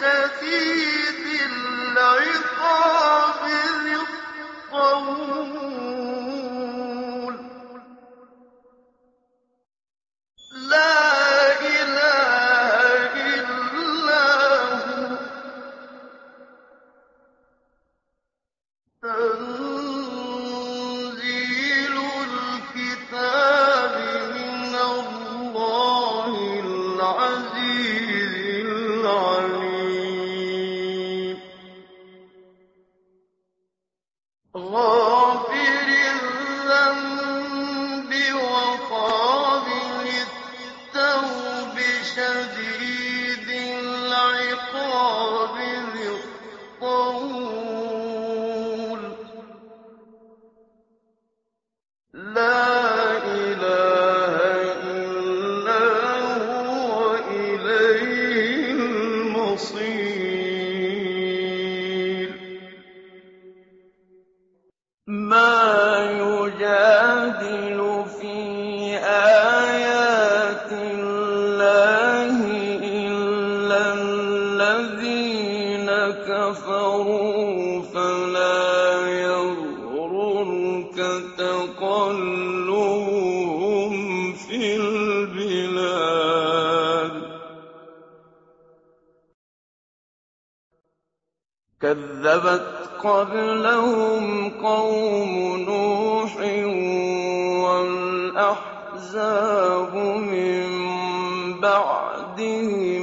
شَدِيدِ الْعِقَابِ ذِي الطَّوْلِ لَا إِلَٰهَ إِلَّا هُوَ تَنزِيلُ الْكِتَابِ مِنَ اللَّهِ الْعَزِيزِ الْعَلِيمِ غَافِرِ الذَّنبِ وَقَابِلِ التَّوْبِ شَدِيدِ الْعِقَابِ ذِي الطَّوْلِ لَا إِلَٰهَ إِلَّا هُوَ إِلَيْهِ الْمَصِيرُ مَا يُجَادِلُ فِي آيَاتِ اللَّهِ إِلَّا الَّذِينَ كَفَرُوا فَلَا يَغْرُرْكَ تَقَلُّبُهُمْ فِي الْبِلَادِ كَذَّبَتْ قَبْلَهُمْ قَوْمُ نُوحٍ وَالْأَحْزَابُ مِن بَعْدِهِمْ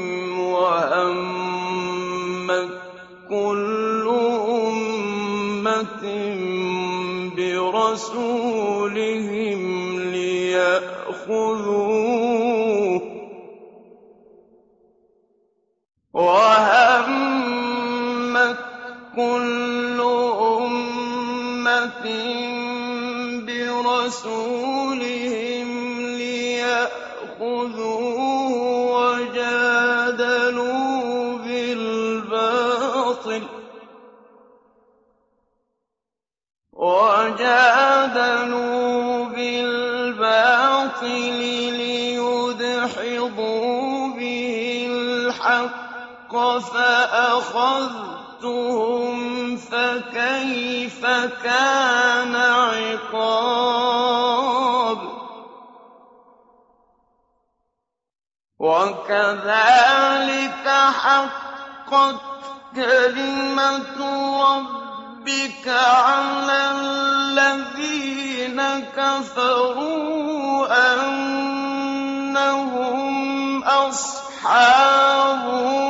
وَهَمَّتْ كُلُّ أُمَّةٍ بِرَسُولِهِمْ لِيَأْخُذُوهُ وَهَمَّتْ كُلُّ أُمَّةٍ بِرَسُولِهِمْ لِيَأْخُذُوهُ وَجَادَلُوا بِالْبَاطِلِ لِيُدْحِضُوا بِهِ الْحَقَّ فَأَخَذْتُهُمْ فَكَيْفَ كَانَ عِقَابِ وَكَذَٰلِكَ حَقَّتْ كَلِمَةُ رَبِّكَ عَلَى الَّذِينَ كَفَرُوا أَنَّهُمْ أَصْحَابُ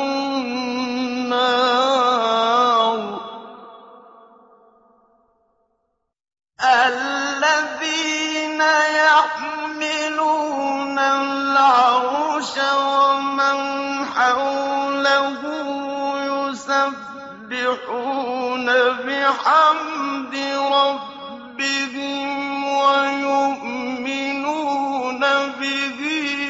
النَّارِ الَّذِينَ يَحْمِلُونَ الْعَرْشَ وَمَنْ حَوْلَهُ يُسَبِّحُونَ بِحَمْدِ رَبِّهِمْ وَيُؤْمِنُونَ بِهِ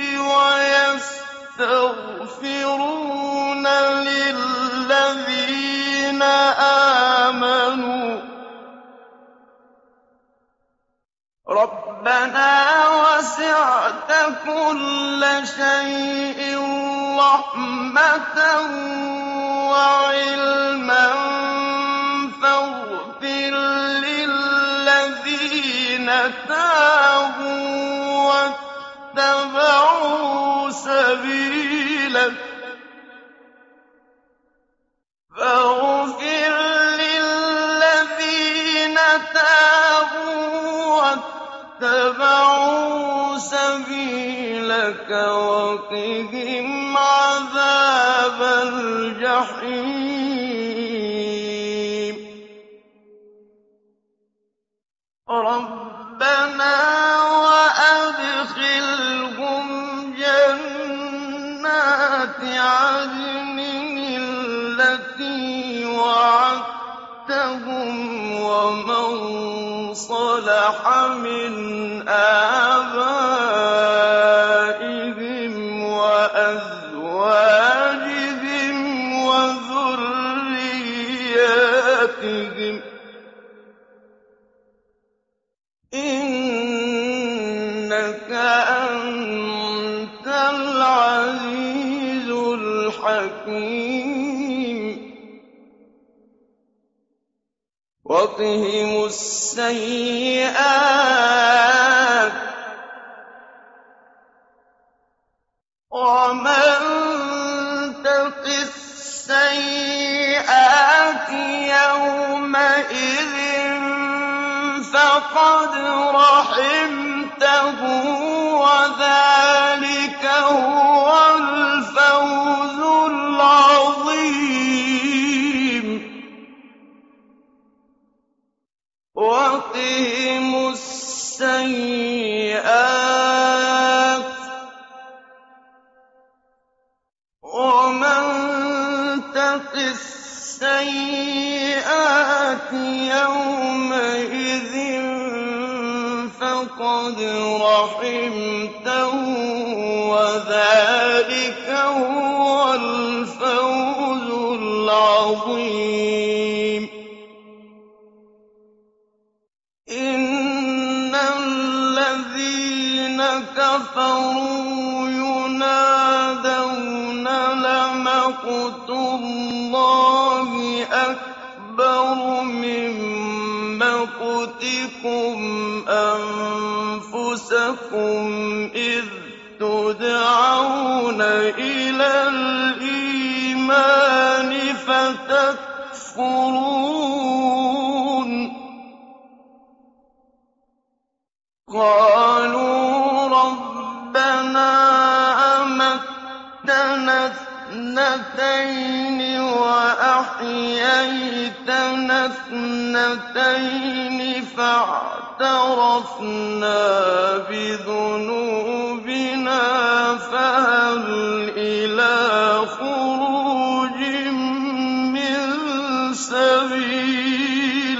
وَيَسْتَغْفِرُونَ لِلَّذِينَ آمَنُوا رَبَّنَا وَسِعْتَ كُلَّ شَيْءٍ رَّحْمَةً وَعِلْمًا فَاغْفِرْ لِلَّذِينَ تَابُوا وَاتَّبَعُوا سَبِيلَكَ وَقِهِمْ عَذَابَ الْجَحِيمِ رَبَّنَا وَأَدْخِلْهُمْ جَنَّاتِ عَدْنٍ الَّتِي وَعَدتَّهُمْ وَمَن صَلَحَ مِنْ آبَائِهِمْ وَأَزْوَاجِهِمْ وَذُرِّيَّاتِهِمْ ۚ إِنَّكَ أَنتَ الْعَزِيزُ الْحَكِيمُ وقهم السيئات ومن تق السيئات يومئذ فقد رحمته وذلك هو الفوز العظيم وقهم السيئات ومن تق السيئات يومئذ فقد رحمته وذلك هو الفوز العظيم إن الذين كفروا ينادون لمقت الله أكبر من مقتكم أنفسكم إذ تدعون إلى الإيمان فتكفرون قالوا ربنا أمتنا اثنتين وأحييتنا اثنتين فاعترفنا بذنوبنا فهل إلى خروج من سبيل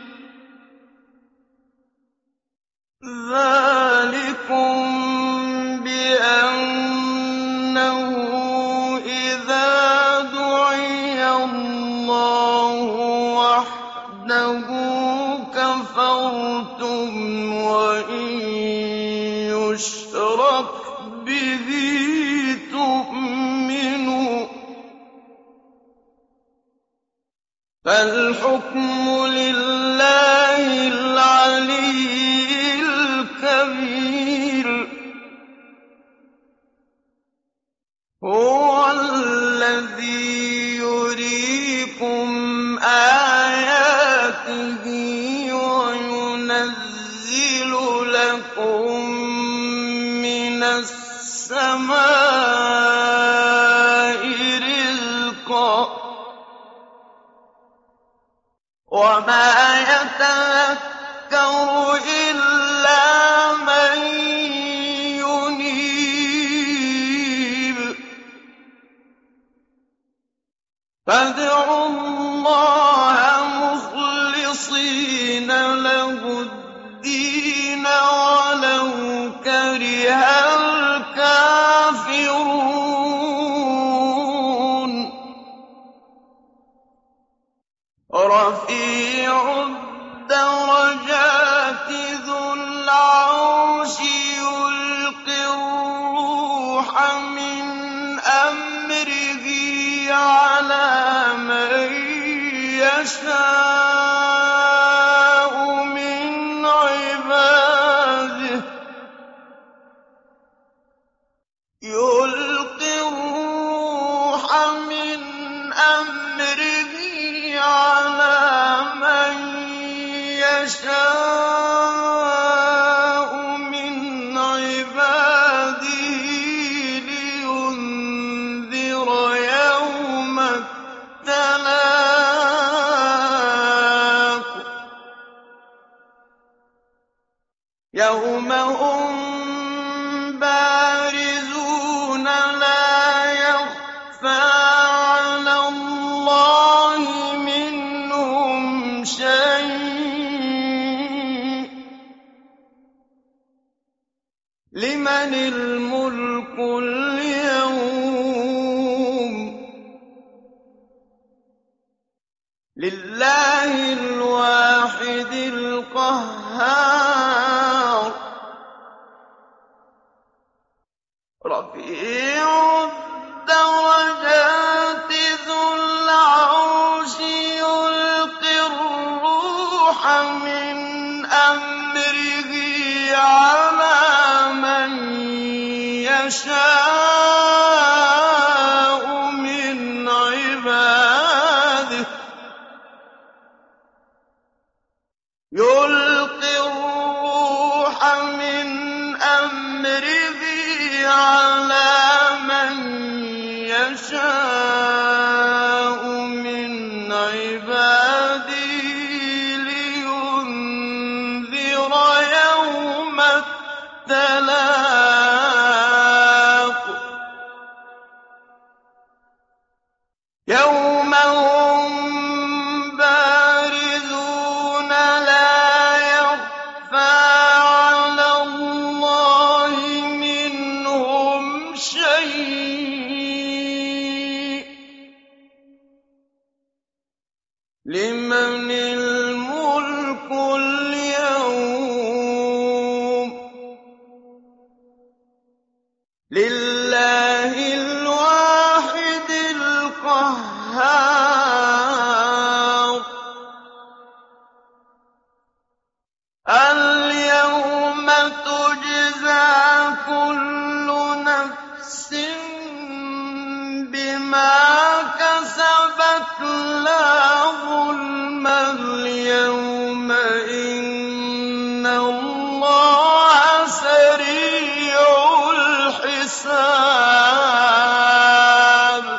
ذلكم بأنه إذا دعي الله وحده كفرتم وإن يشرك به تؤمنوا فالحكم لله العلي الكبير هو الذي يريكم آياته وينزل لكم من السماء رزقا وما يتذكر إلا من ينيب فادعوا الله مخلصين له الدين ولو كره الكافرون رفيع الدرجات ذو العرش يلقي الروح من أمره على من يشاء من عباده يلقي الروح من أمره على من يشاء من عباده لينذر يوم التلاق يوم هم بارزون لا يخفى على الله منهم شيء لمن الملك اليوم لله الواحد القهار رفيع الدرجات ذو العرش يلقي الروح يَشَاءُ مِنْ عِبَادِهِ يُلْقِي الرُّوحَ مِنْ أَمْرِهِ عَلَىٰ مَن يَشَاءُ مِنْ عِبَادِهِ لِيُنذِرَ يَوْمَ التَّلَاقِ يَوْمَ هُم بَارِزُونَ لَا يَخْفَىٰ عَلَى اللَّهِ مِنْهُمْ شَيْءٌ ۚ لِّمَنِ الْمُلْكُ الْيَوْمَ ۖ لِلَّهِ الْوَاحِدِ الْقَهَّارِ الْيَوْمَ تُجْزَىٰ كُلُّ نَفْسٍ بِمَا كَسَبَتْ لَا ظُلْمَ الْيَوْمَ ۚ إِنَّ اللَّهَ سَرِيعُ الْحِسَابِ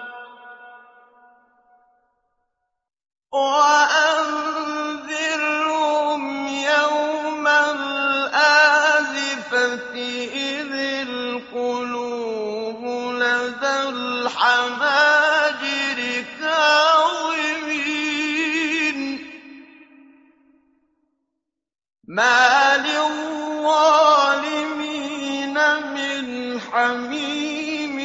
وَأَنذِرْهُمْ يَوْمَ الْآزِفَةِ إِذِ الْقُلُوبُ لَدَى الْحَنَاجِرِ كَاظِمِينَ مَا لِلظَّالِمِينَ مِنْ حَمِيمٍ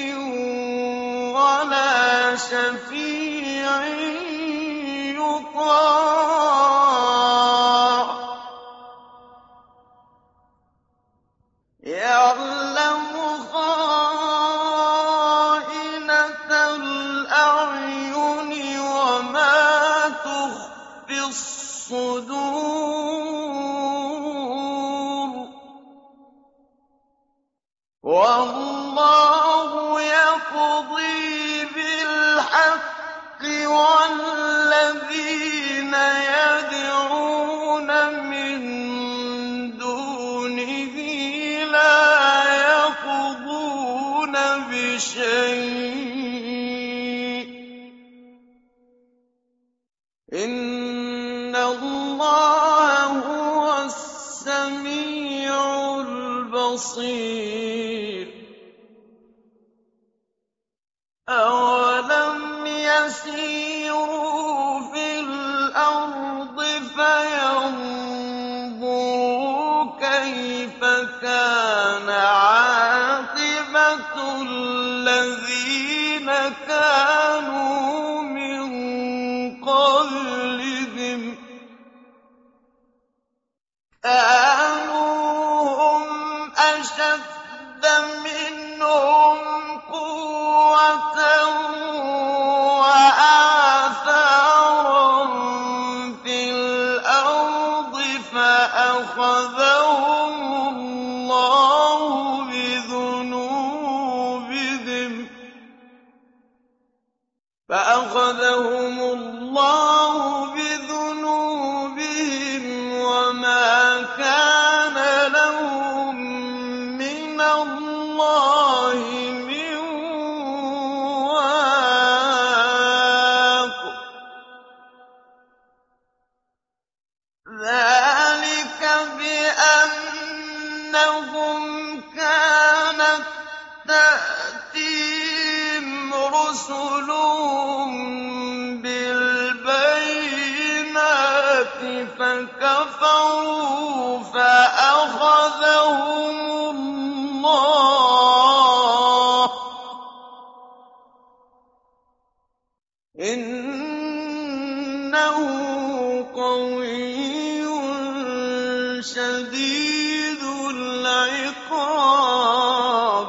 وَلَا شَفِيعٍ يُطَاعُ يَعْلَمُ خَائِنَةَ الْأَعْيُنِ وَمَا تُخْفِي الصُّدُورُ وَاللَّهُ يَقْضِي بِالْحَقِّ وَالَّذِينَ يَدْعُونَ مِن دُونِهِ لَا يَقْضُونَ بِشَيْءٍ ۗ إِنَّ اللَّهَ هُوَ السَّمِيعُ الْبَصِيرُ أَوَلَمْ يَسِيرُوا فِي الْأَرْضِ فَيَنظُرُوا كَيْفَ كَانَ عَاقِبَةُ الَّذِينَ كَانُوا مِن قَبْلِهِمْ ۚ كَانُوا هُمْ أَشَدَّ مِنْهُمْ قُوَّةً وَآثَارًا فِي الْأَرْضِ فَأَخَذَهُمُ اللَّهُ بِذُنُوبِهِمْ وَمَا كَانَ لَهُم مِّنَ اللَّهِ مِن وَاقٍ ذَٰلِكَ بِأَنَّهُمْ كَانَت تَّأْتِيهِمْ رُسُلُهُم بِالْبَيِّنَاتِ فَكَفَرُوا فَأَخَذَهُمُ اللَّهُ ۚ إِنَّهُ قَوِيٌّ شَدِيدُ الْعِقَابِ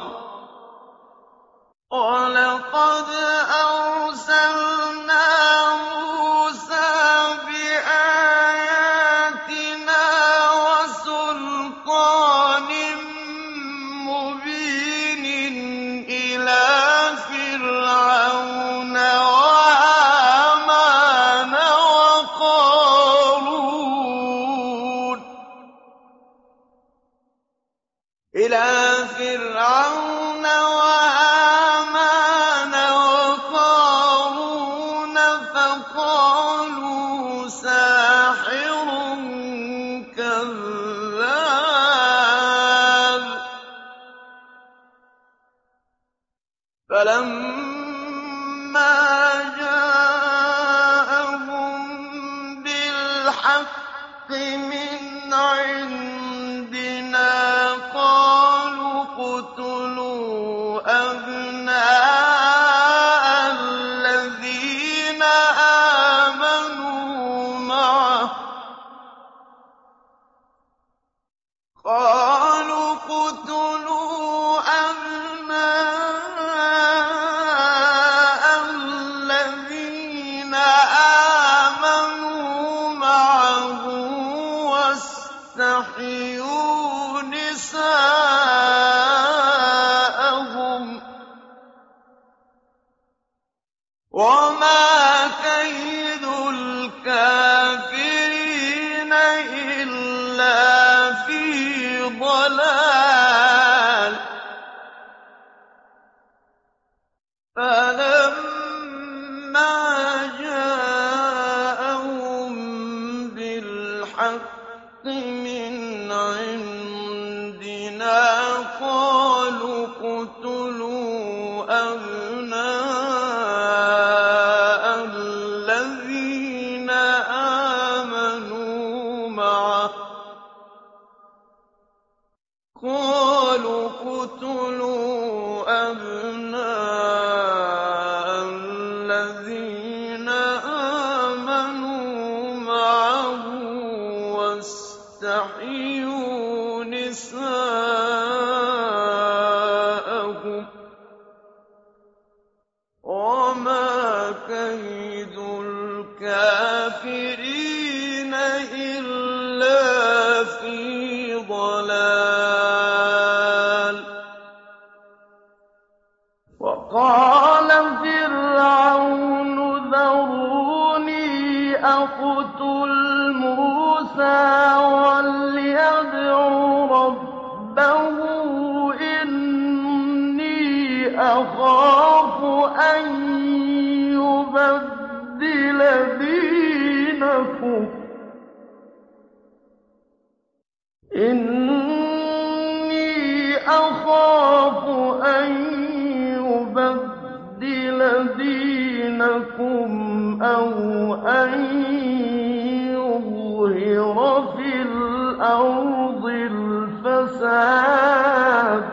وَلَقَدْ أَرْسَلْنَا مُوسَىٰ بِآيَاتِنَا وَسُلْطَانٍ مُّبِينٍ بِالْحَقِّ مِنْ عِندِنَا قَالُوا اقْتُلُوا أَبْنَاءَ الَّذِينَ آمَنُوا مَعَهُ وَاسْتَحْيُوا نِسَاءَهُمْ ۚ وَمَا كَيْدُ الْكَافِرِينَ إِلَّا فِي ضَلَالٍ فَلَمَّا جَاءَهُم بِالْحَقِّ مِنْ عِندِنَا قَالُوا اقْتُلُوا أَبْنَاءَ الَّذِينَ آمَنُوا مَعَهُ وَاسْتَحْيُوا نِسَاءَهُمْ ۚ وَمَا كَيْدُ الْكَافِرِينَ إِلَّا فِي ضَلَالٍ وَقَالَ فِرْعَوْنُ ذَرُونِي أَقْتُلْ مُوسَىٰ وَلْيَدْعُ رَبَّهُ إِنِّي أَخَافُ أَن يُبَدِّلَ دِينَكُمْ أَوْ أَن يُظْهِرَ فِي الْأَرْضِ الْفَسَادَ ۖ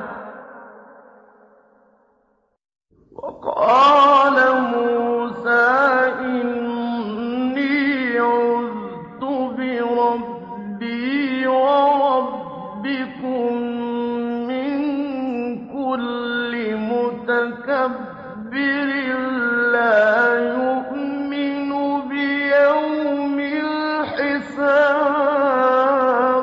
وَقَالَ مُوسَىٰ إِنِّي عُذْتُ بِرَبِّي وَرَبِّكُم مِّن كُلِّ مُتَكَبِّرٍ لَّا يُؤْمِنُ بِيَوْمِ الْحِسَابِ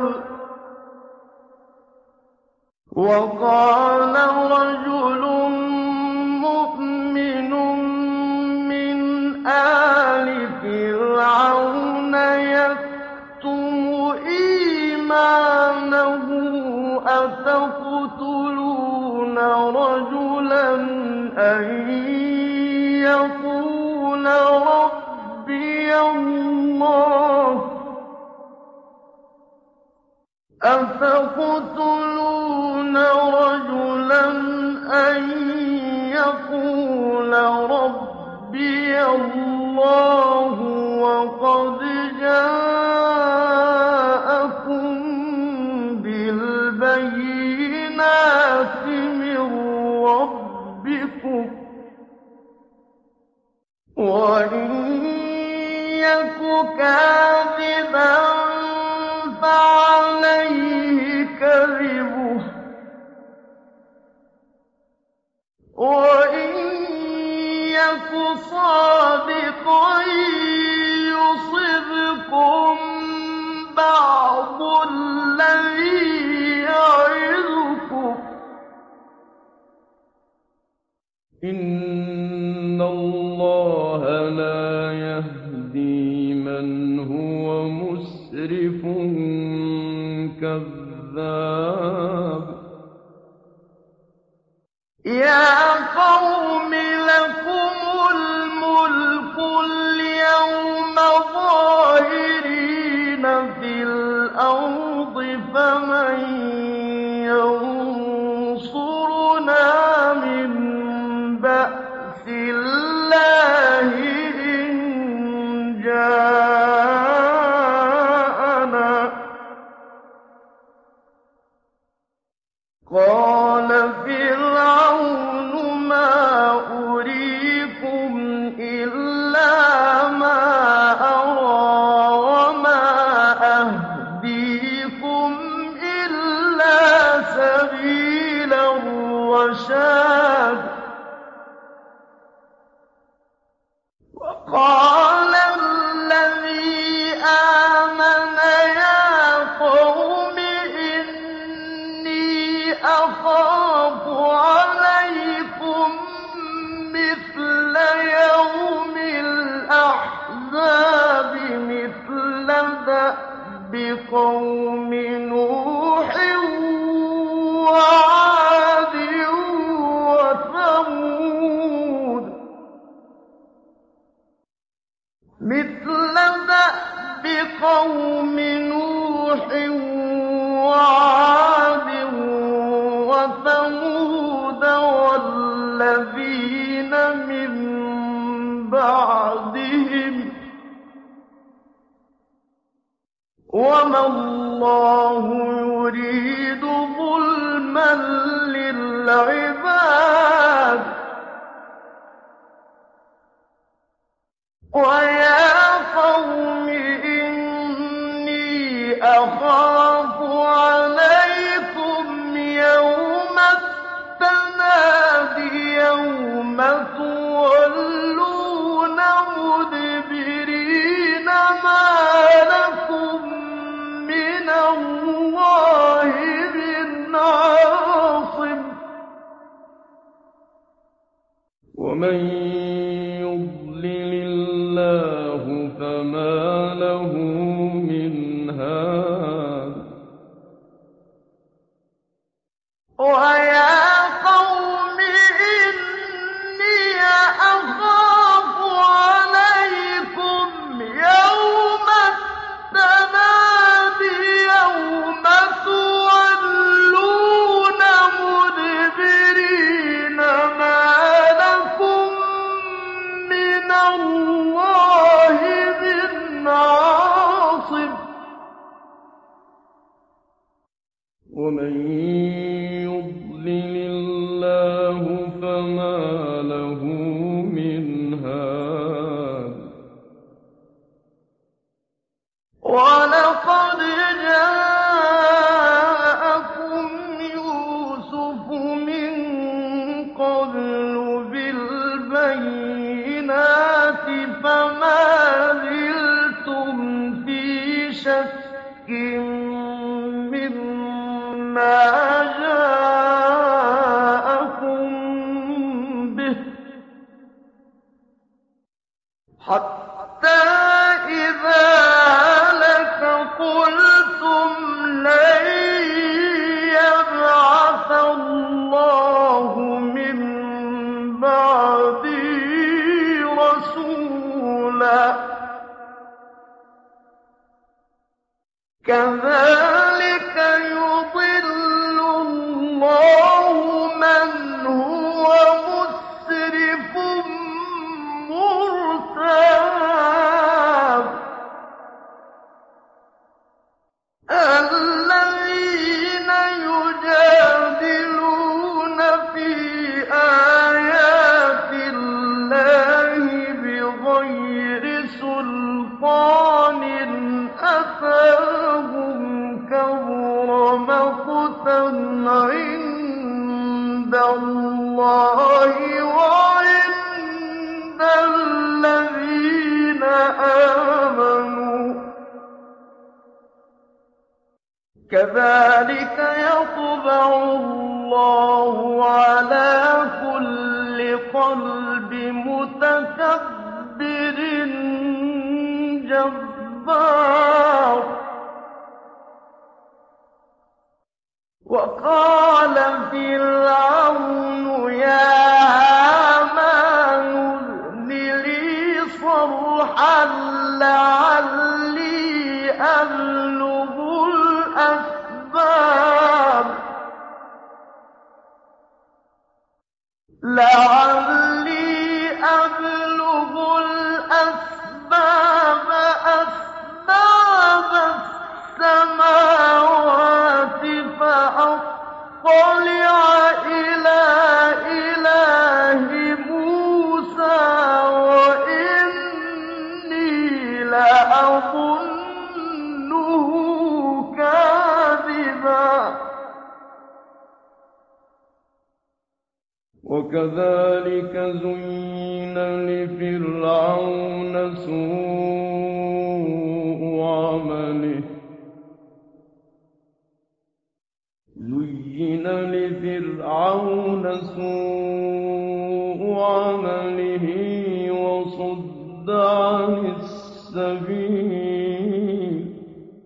وَقَالَ رَجُلٌ مُّؤْمِنٌ مِّنْ آلِ فِرْعَوْنَ يَكْتُمُ إِيمَانَهُ أَتَقْتُلُونَ رَجُلًا أَن يَقُولَ رَبِّيَ اللَّهُ وَقَدْ جَاءَكُم بِالْبَيِّنَاتِ مِن رَّبِّكُمْ ۖ وَإِن يَكُ كَاذِبًا فَعَلَيْهِ كَذِبُهُ ۖ وَإِن يَكُ صَادِقًا يُصِبْكُم بَعْضُ الَّذِي يَعِظُكُمْ ۖ إِنَّ اللَّهَ لَا يَهْدِي مَنْ هُوَ مُسْرِفٌ كَذَّابٌ يَا قَوْمِ لَكُمُ الْمُلْكُ الْيَوْمَ ظَاهِرِينَ فِي الْأَرْضِ فَمَن يَنصُرُنَا مِن بَأْسِ اللَّهِ إِن جَاءَنَا مِثْلَ دَأْبِ قَوْمِ نُوحٍ وَعَادٍ وَثَمُودَ وَالَّذِينَ مِن بَعْدِهِمْ ۚ وَمَا اللَّهُ يُرِيدُ ظُلْمًا لِّلْعِبَادِ ۚ وَيَا قَوْمِ إِنِّي أَخَافُ عَلَيْكُمْ يَوْمَ التَّنَادِ يَوْمَ تُوَلُّونَ مُدْبِرِينَ مَا لَكُم مِّنَ اللَّهِ مِنْ عَاصِمٍ ۗ وَمَن يُضْلِلِ اللَّهُ فَمَا لَهُ مِنْ هَادٍ وَيَا قَوْمِ إِنِّي أَخَافُ عَلَيْكُمْ يَوْمَ التَّنَادِ يَوْمَ تُوَلُّونَ مُدْبِرِينَ مَا لَكُم مِّنَ اللَّهِ مِنْ عَاصِمٍ ۗ وَمَن يُضْلِلِ اللَّهُ فَمَا لَهُ مِنْ هَادٍ وَلَقَدْ جَاءَكُمْ يُوسُفُ مِن قَبْلُ بِالْبَيِّنَاتِ فَمَا زِلْتُمْ فِي شَكٍّ مِّمَّا جَاءَكُم بِهِ حَتَّىٰ إِذَا هَلَكَ قُلْتُمْ لَن يَبْعَثَ اللَّهُ مِن بَعْدِهِ رَسُولًا ۚ كَذَٰلِكَ يُضِلُّ اللَّهُ مَنْ هُوَ مُسْرِفٌ مُّرْتَابٌ الَّذِينَ يُجَادِلُونَ فِي آيَاتِ اللَّهِ بِغَيْرِ سُلْطَانٍ أَتَاهُمْ كَبُرَ مَقْتًا عِندَ اللَّهِ وَعِندَ الَّذِينَ آمَنُوا ۚ كَذَٰلِكَ يَطْبَعُ اللَّهُ عَلَىٰ كُلِّ قَلْبِ مُتَكَبِّرٍ جَبَّارٍ وَقَالَ فِرْعَوْنُ يَا هَامَانُ ابْنِ لِي صَرْحًا لَّعَلِّي أَبْلُغُ الْأَسْبَابَ أَسْبَابَ السَّمَاوَاتِ فَأَطَّلِعَ إِلَىٰ إِلَٰهِ مُوسَىٰ وَإِنِّي لَأَظُنُّهُ كَاذِبًا ۚ وَكَذَٰلِكَ زُيِّنَ لِفِرْعَوْنَ سُوءُ عَمَلِهِ وَصُدَّ عَنِ السَّبِيلِ ۚ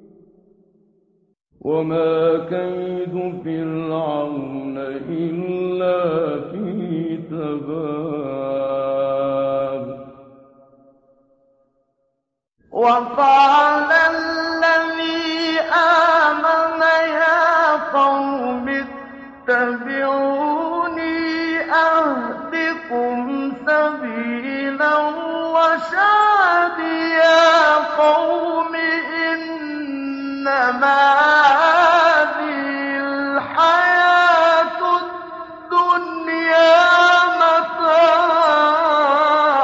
وَمَا كَيْدُ فِرْعَوْنَ إِلَّا فِي تَبَابٍ وقال الذي آمن يا قوم اتبعوني أهدكم سبيل الرشاد يا قوم إنما هذه الحياة الدنيا متاع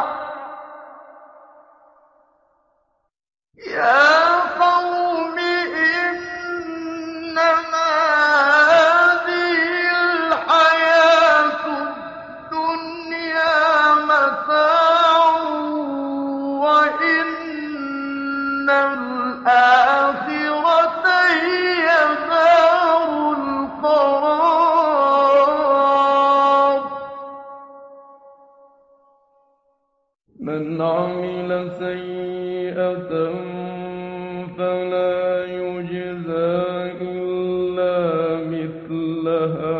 يا قوم إنما هذه الحياة الدنيا متاع وإن الآخرة هي دار القرار من عمل سيئة فلا يجزى إلا مثلها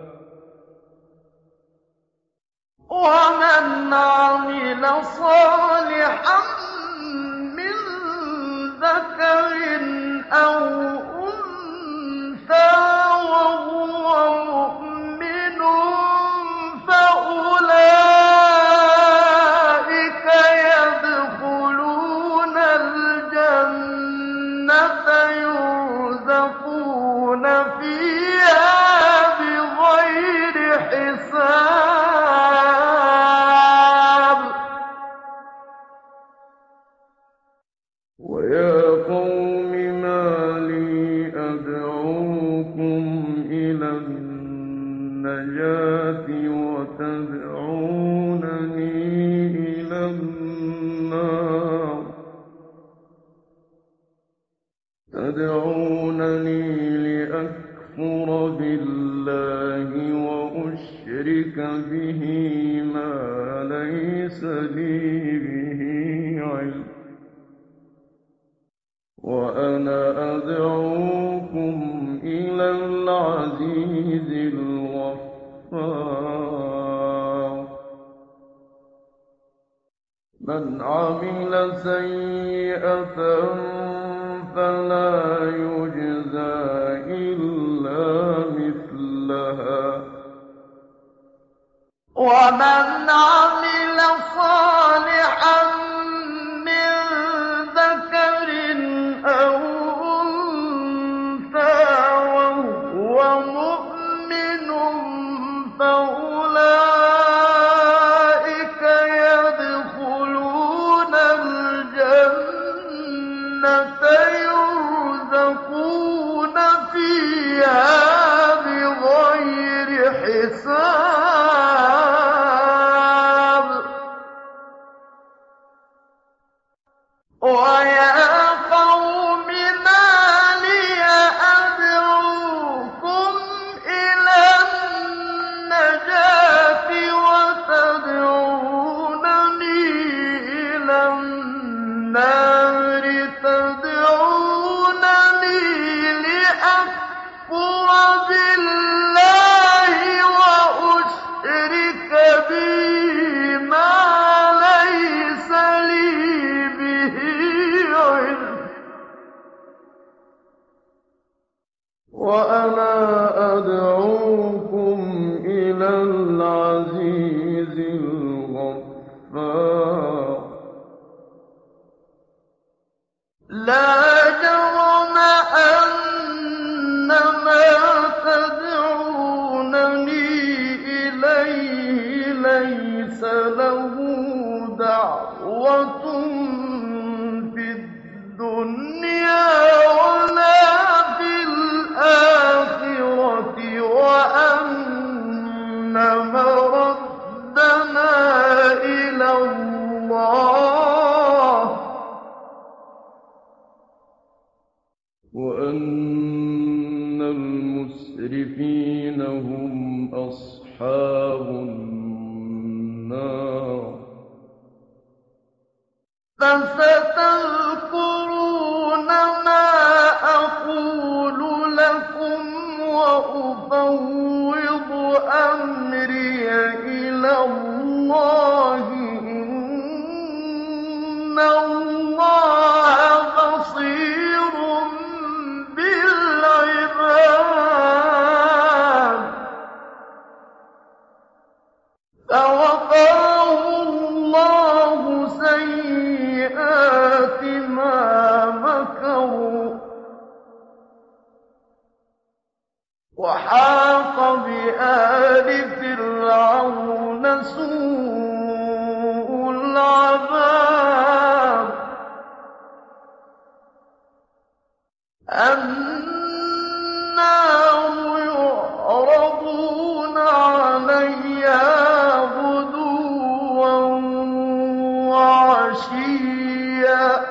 ومن عمل صالحا من ذكر أو أنثى وهو مؤمن فأولئك يدخلون الجنة يرزقون فيها بغير حساب ويا قوم ما لي أدعوكم إلى النجاة وتدعونني إلى النار تدعونني لأكفر بالله وأشرك به ما ليس لي به علم وأنا أدعوكم إلى العزيز الغفار من عمل سيئة فلا يجزى إلا مثلها ومن عمل صالحا من ذكر أو أنثى وهو مؤمن فأولئك يدخلون الجنة يرزقون فيها بغير حساب ويا قوم ما لي أدعوكم إلى النجاة وتدعونني إلى النار تدعونني لأكفر بالله وأشرك به ما ليس لي به علم وأنا أدعوكم إلى العزيز الغفار لا جرم أن ما تدعونني إليه ليس له دعوة في الدنيا ولا في الآخرة وأن مردنا إلى الله وأن المسرفين هم أصحاب النار فستذكرون ما أقول لكم وأفوض أمري إلى الله إن الله السيئات ما مكروا وحاق بآل فرعون سوء العذاب النار يعرضون عليها غدوا وعشيا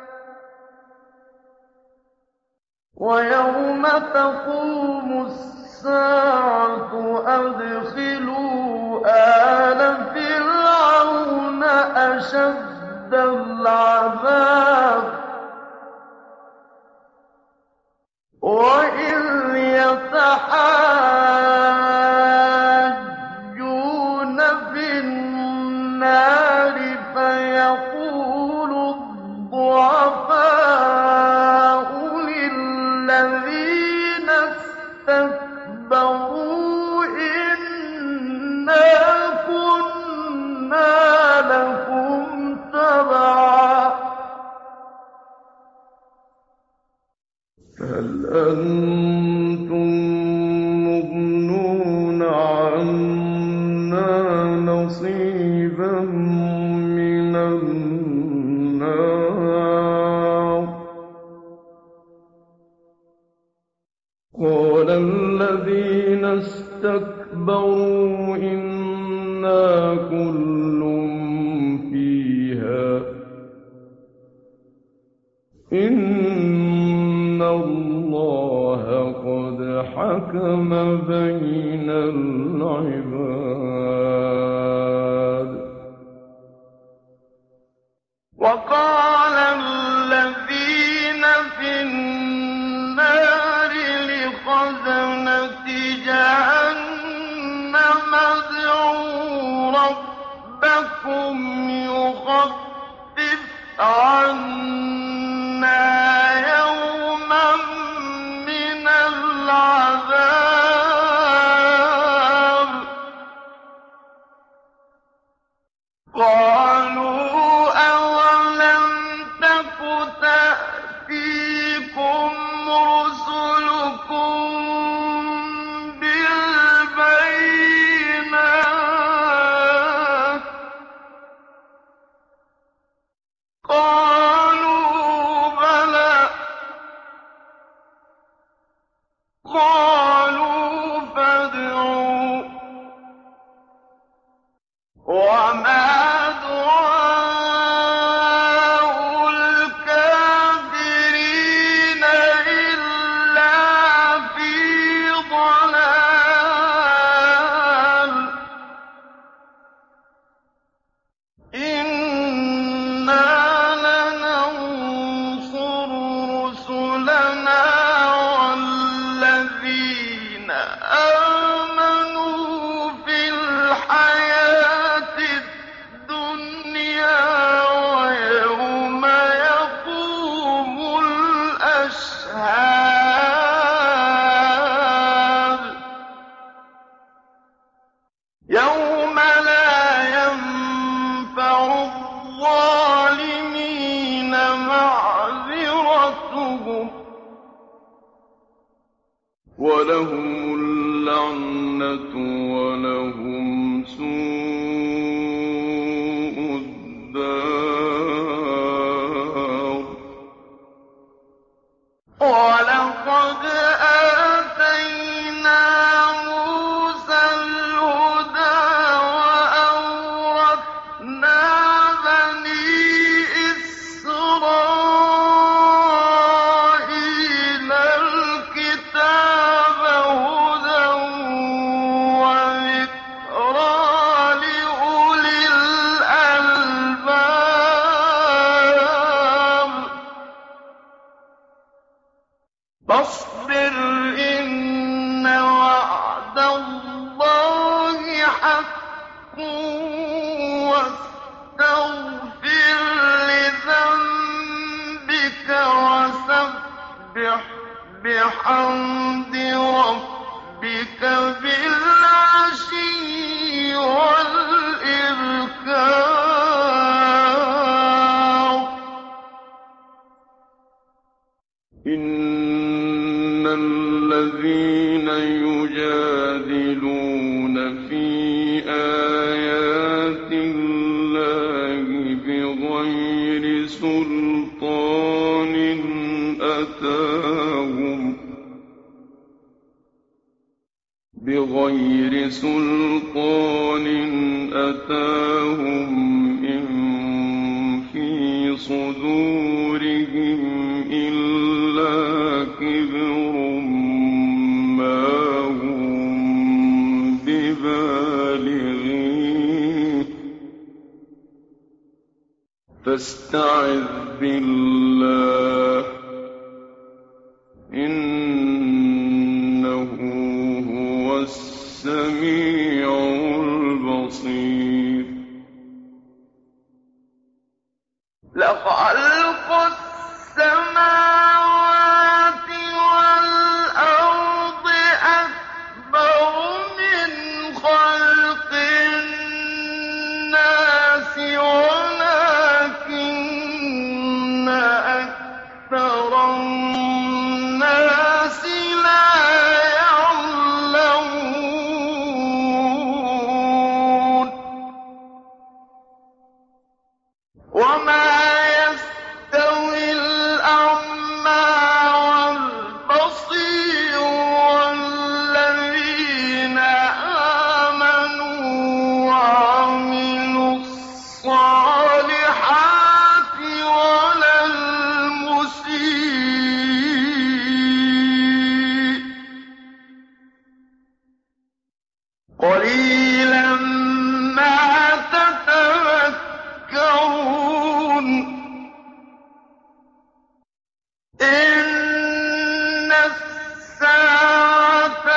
ويوم تقوم الساعة أدخلوا آل فرعون أشد العذاب وإذ يتحاجون في النار فيقول الضعفاء للذين استكبروا إنا كنا لكم تبعا هل أنتم مغنون عنا نصيبا من النار قال الذين استكبروا إنا كل فيها إن الله قد حكم بين العباد وقال الذين في النار لخزنة جهنم ادعوا ربكم يخفف عنا يوما من العذاب قالوا أولم تك تأتيكم رسلكم بالبينات قالوا بلى قالوا فادعوا وما دعاء الكافرين إلا في ضلال إنا لننصر رسلنا والذين آمنوا في الحياة الدنيا ويوم يقوم الأشهاد يوم لا ينفع الظالمين معذرتهم ولهم اللعنة ولهم سوء الدار ولقد آتينا موسى الهدى وأورثنا بني إسرائيل الكتاب هدى وذكرى لأولي الألباب فاصبر إن وعد الله حق واستغفر لذنبك وسبح بحمد ربك بالعشي والإبكار إن الذين يجادلون في آيات الله بغير سلطان أتاهم إن في صدورهم إلا كبر ما هم ببالغيه فاستعذ بالله إنه هو السميع البصير لخلق السماوات والأرض أكبر من خلق الناس ولكن أكثر الناس لا يعلمون وما يستوي الأعمى والبصير والذين آمنوا وعملوا الصالحات ولا المسيء قليلا ما تتذكرون إن الساعة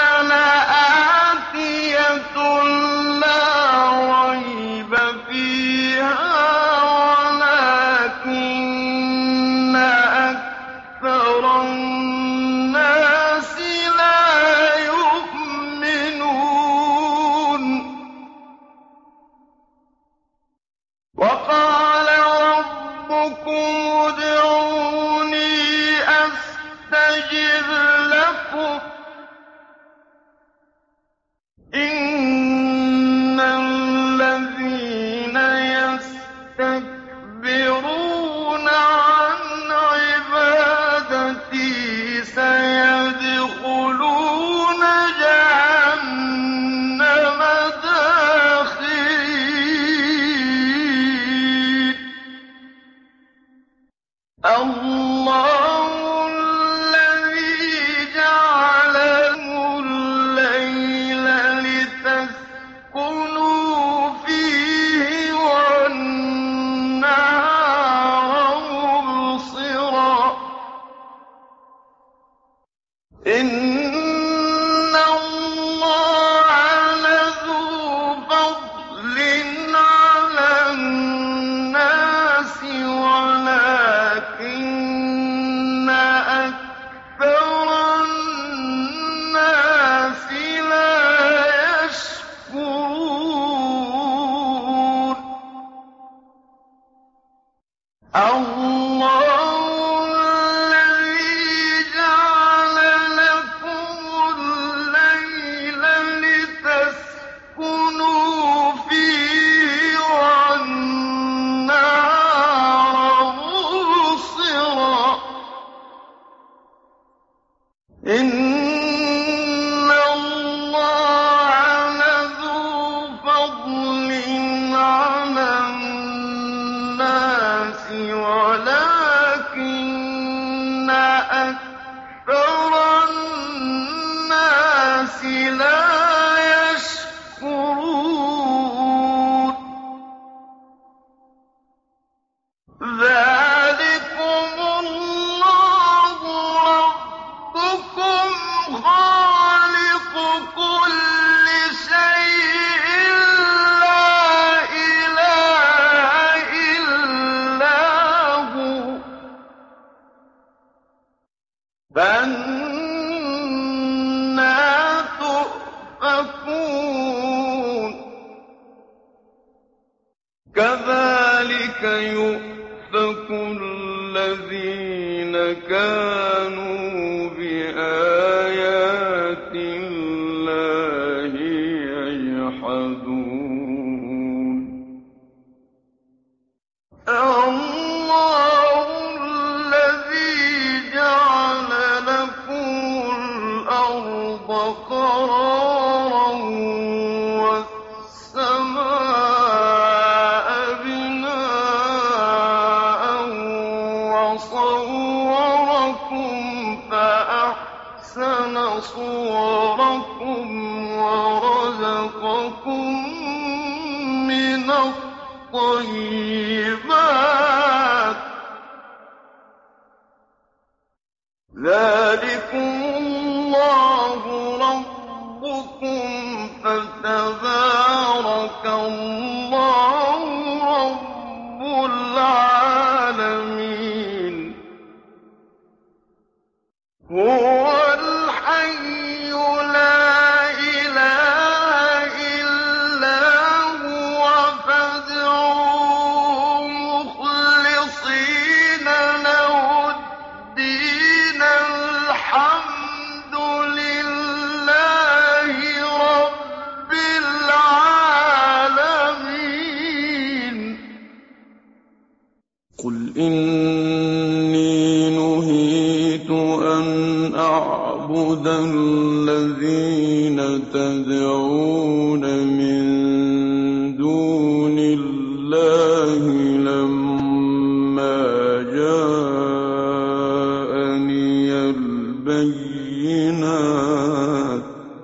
لآتية لا ريب فيها ولكن أكثر الناس لا يؤمنون وقال ربكم ادعوني أستجب لكم إن الذين يستكبرون عن عبادتي سيدخلون جهنم داخرين الله الذي جعل لكم الليل لتسكنوا فيه والنهار مبصرا إن الله لذو فضل على الناس ولكن أكثر الناس لا يشكرون الله الذي جعل لكم الليل لتسكنوا فيه والنهار مبصرا إن الله لذو فضل على الناس ولكن أكثر الناس لا يشكرون ذلكم الله ربكم خالق كل شيء لا إله إلا هو فأنى تؤفكون كذلك يؤفك الذين الَّذِينَ كَانُوا بِآيَاتِ اللَّهِ يَجْحَدُونَ اللَّهُ الَّذِي جَعَلَ لَكُمُ الْأَرْضَ قَرَارًا وَالسَّمَاءَ بِنَاءً وَصَوَّرَكُمْ فَأَحْسَنَ صُوَرَكُمْ وَرَزَقَكُم مِّنَ الطَّيِّبَاتِ ۚ ذَٰلِكُمُ اللَّهُ رَبُّكُمْ فَتَبَارَكَ اللَّهُ رَبُّ الْعَالَمِينَ هُوَ الْحَيُّ لَا إِلَٰهَ إِلَّا هُوَ فَادْعُوهُ مُخْلِصِينَ لَهُ الدِّينَ الْحَمْدُ لِلَّهِ رَبِّ الْعَالَمِينَ قُلْ إِنِّي نُهِيتُ أَنْ أَعْبُدَ الَّذِينَ تَدْعُونَ مِن دُونِ اللَّهِ لَمَّا جَاءَنِيَ الْبَيِّنَاتُ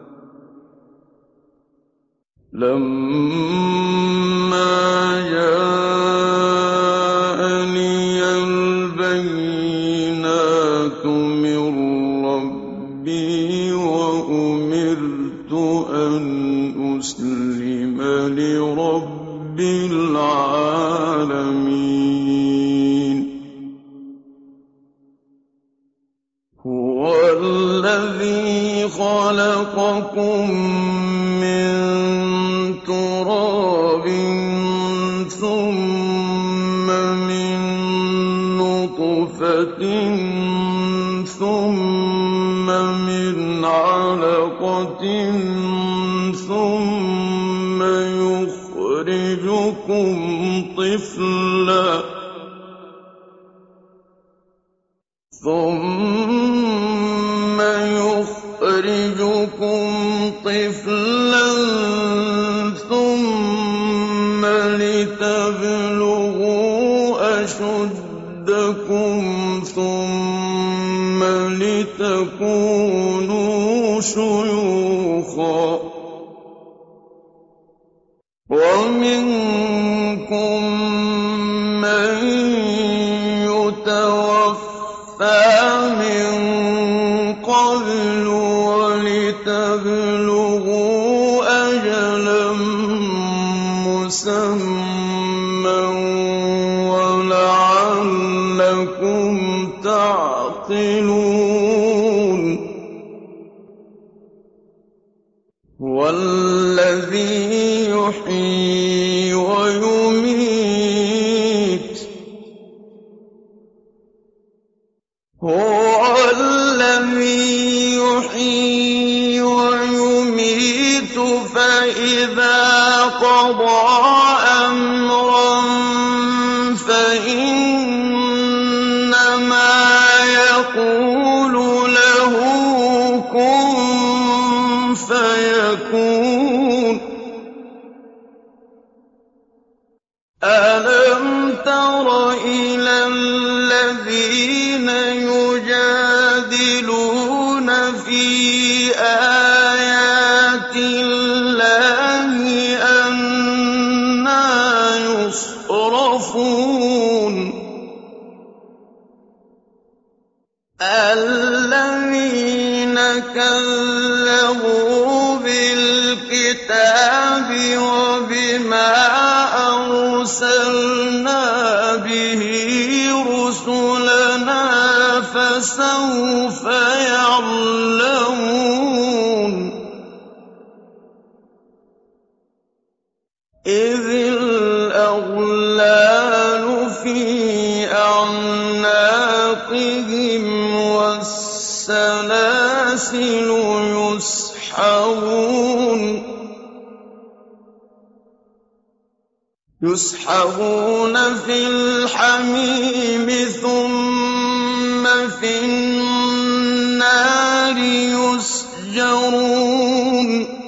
مِن رَّبِّي وَأُمِرْتُ أَنْ أُسْلِمَ لِرَبِّ الْعَالَمِينَ هُوَ الَّذِي خَلَقَكُم مِّن تُرَابٍ ثُمَّ مِن نُّطْفَةٍ ثُمَّ مِنْ عَلَقَةٍ ثُمَّ يُخْرِجُكُمْ طِفْلًا ثُمَّ لِتَبْلُغُوا أَشُدَّكُمْ ثُمَّ لِتَكُونُوا شُيُوخًا ۚ وَمِنكُم مَّن يُتَوَفَّىٰ مِن قَبْلُ وَلِتَبْلُغُوا أَجَلًا مُّسَمًّى وَلَعَلَّكُمْ تَعْقِلُونَ هُوَ الَّذِي يُحْيِي وَيُمِيتُ فَإِذَا قَضَىٰ أَمْرًا فَإِنَّمَا يَقُولُ لَهُ كُن فَيَكُونُ أَلَمْ تَرَ إِلَى الَّذِينَ يُجَادِلُونَ فِي آيَاتِ اللَّهِ أَنَّىٰ يُصْرَفُونَ الَّذِينَ كَذَّبُوا بِالْكِتَابِ وَبِمَا أَرْسَلْنَا بِهِ رُسُلَنَا فَسَوْفَ يَعْلَمُونَ إِذِ الْأَغْلَالُ فِي أَعْنَاقِهِمْ أَعْنَاقِهِمْ وَالسَّلَاسِلُ يُسْحَبُونَ فِي الْحَمِيمِ ثُمَّ فِي النَّارِ يُسْجَرُونَ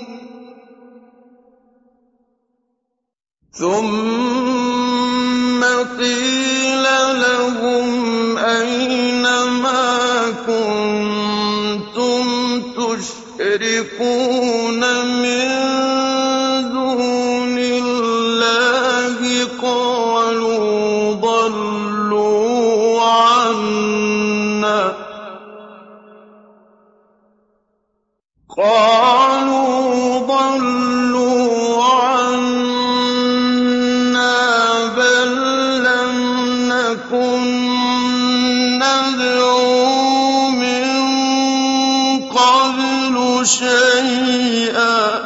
ثُمَّ قِيلَ لَهُمْ أَيْنَ مَا كُنتُمْ تُشْرِكُونَ مِن دُونِ اللَّهِ قَالُوا ضَلُّوا عَنَّا بَل لَّمْ نَكُن نَّدْعُو مِن قَبْلُ شَيْئًا ۚ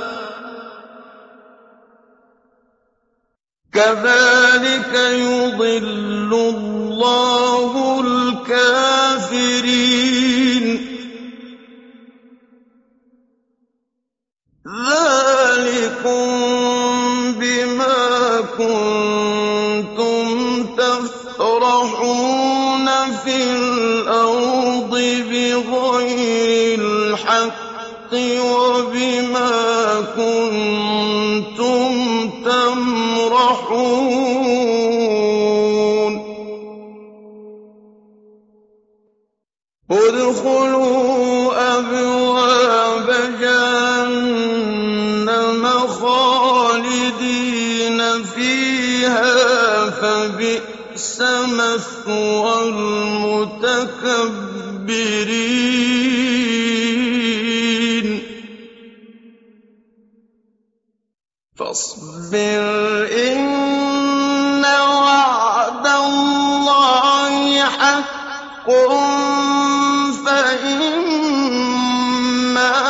كَذَٰلِكَ يُضِلُّ اللَّهُ الْكَافِرِينَ ذَٰلِكُم بِمَا كُنتُمْ تَفْرَحُونَ فِي الْأَرْضِ بِغَيْرِ الْحَقِّ وَبِمَا كُنتُمْ تَمْرَحُونَ ادْخُلُوا أَبْوَابَ جَهَنَّمَ خَالِدِينَ فِيهَا فَبِئْسَ مَثْوَى الْمُتَكَبِّرِينَ فَاصْبِرْ إِنَّ وَعْدَ اللَّهِ حَقٌّ فَإِمَّا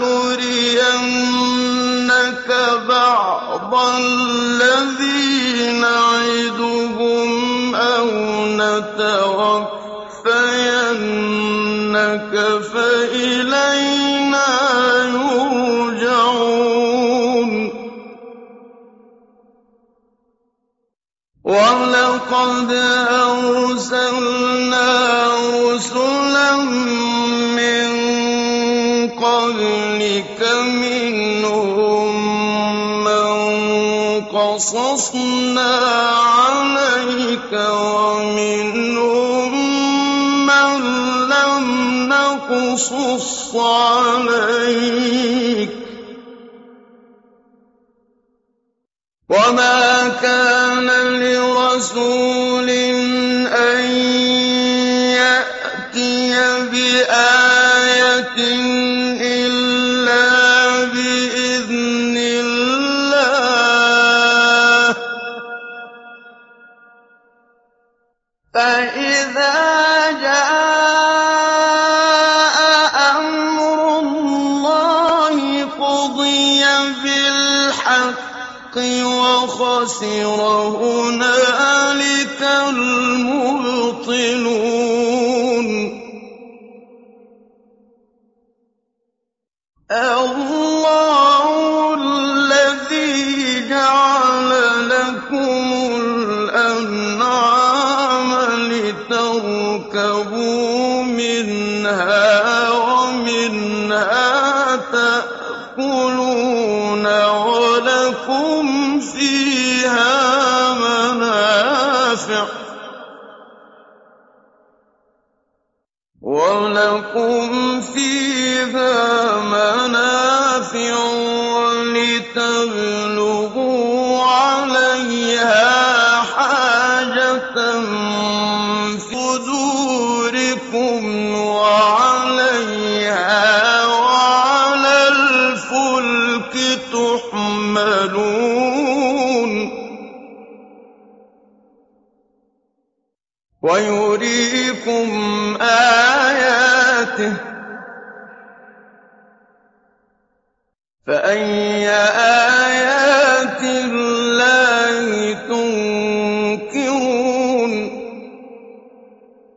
نُرِيَنَّكَ بَعْضَ الَّذِي نَعِدُهُمْ أَوْ نَتَوَفَّيَنَّكَ فَإِلَيْنَا يُرْجَعُونَ وَلَقَدْ أَرْسَلْنَا رُسُلًا مِّن قَبْلِكَ مِنْهُم مَّن قَصَصْنَا عَلَيْكَ وَمِنْهُم مَّن لَّمْ نَقْصُصْ عَلَيْكَ ۗ وَمَا كَانَ لِرَسُولٍ أَن يَأْتِيَ بِآيَةٍ إِلَّا بِإِذْنِ اللَّهِ ۚ فَإِذَا جَاءَ أَمْرُ اللَّهِ قُضِيَ بِالْحَقِّ وَخَسِرَ هُنَالِكَ الْمُبْطِلُونَ اللَّهُ الَّذِي جَعَلَ لَكُمُ الْأَنْعَامَ لِتَرْكَبُوا مِنْهَا وَمِنْهَا تَأْكُلُونَ وَلَكُمْ فِيهَا مَنَافِعُ وَلِتَبْلُغُوا عَلَيْهَا حَاجَةً فِي صُدُورِكُمْ وَعَلَيْهَا وَعَلَى الْفُلْكِ تُحْمَلُونَ وَيُرِيكُمْ آيَاتِهِ ۚ فَأَيَّ آيَاتِ اللَّهِ تُنكِرُونَ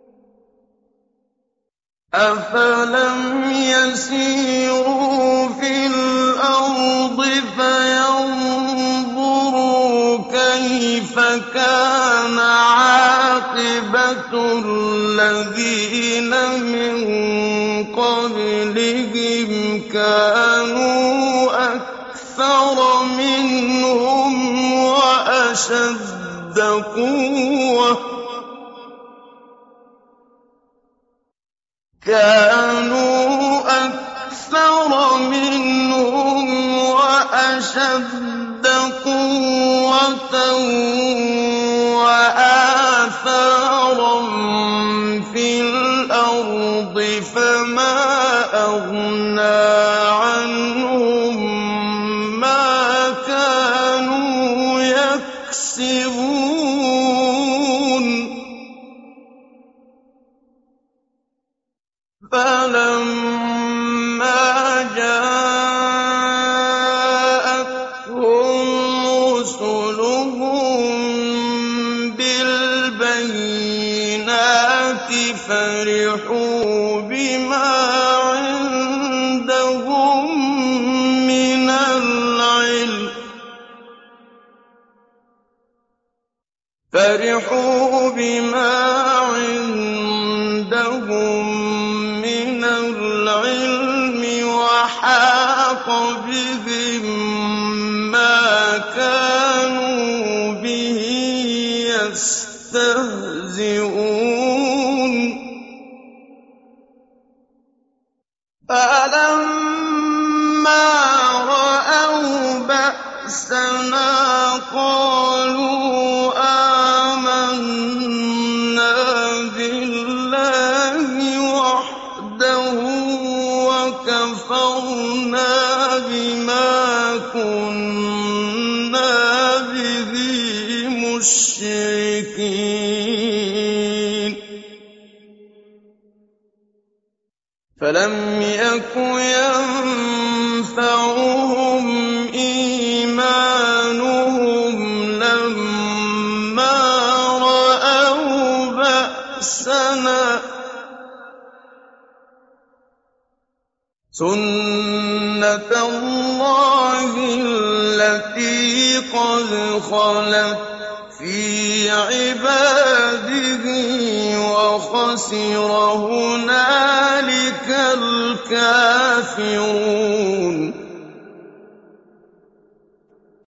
أَفَلَمْ يَسِيرُوا فِي الْأَرْضِ فَيَنظُرُوا كَيْفَ كَانَ عَاقِبَةُ الَّذِينَ مِن قَبْلِهِمْ كَانُوا أَكْثَرَ مِنْهُمْ وَأَشَدَّ قُوَّةً وَآثَارًا فِي الْأَرْضِ فَمَا أَغْنَىٰ عَنْهُم مَّا كَانُوا يَكْسِبُونَ فَلَمَّا جَاءَتْهُمْ رُسُلُهُم بِالْبَيِّنَاتِ فَرِحُوا بِمَا عِندَهُم مِّنَ الْعِلْمِ وَحَاقَ بِهِم مَّا كَانُوا بِهِ يَسْتَهْزِئُونَ فَلَمَّا رَأَوْا بَأْسَنَا قَالُوا آمَنَّا بِاللَّهِ وَحْدَهُ وَكَفَرْنَا بِمَا كُنَّا بِهِ مُشْرِكِينَ فَلَمْ يَكُ يَنفَعُهُمْ إِيمَانُهُمْ لَمَّا رَأَوْا بَأْسَنَا ۖ سُنَّتَ اللَّهِ الَّتِي قَدْ خَلَتْ فِي عِبَادِهِ ۖ وَخَسِرَ هُنَالِكَ الْكَافِرُونَ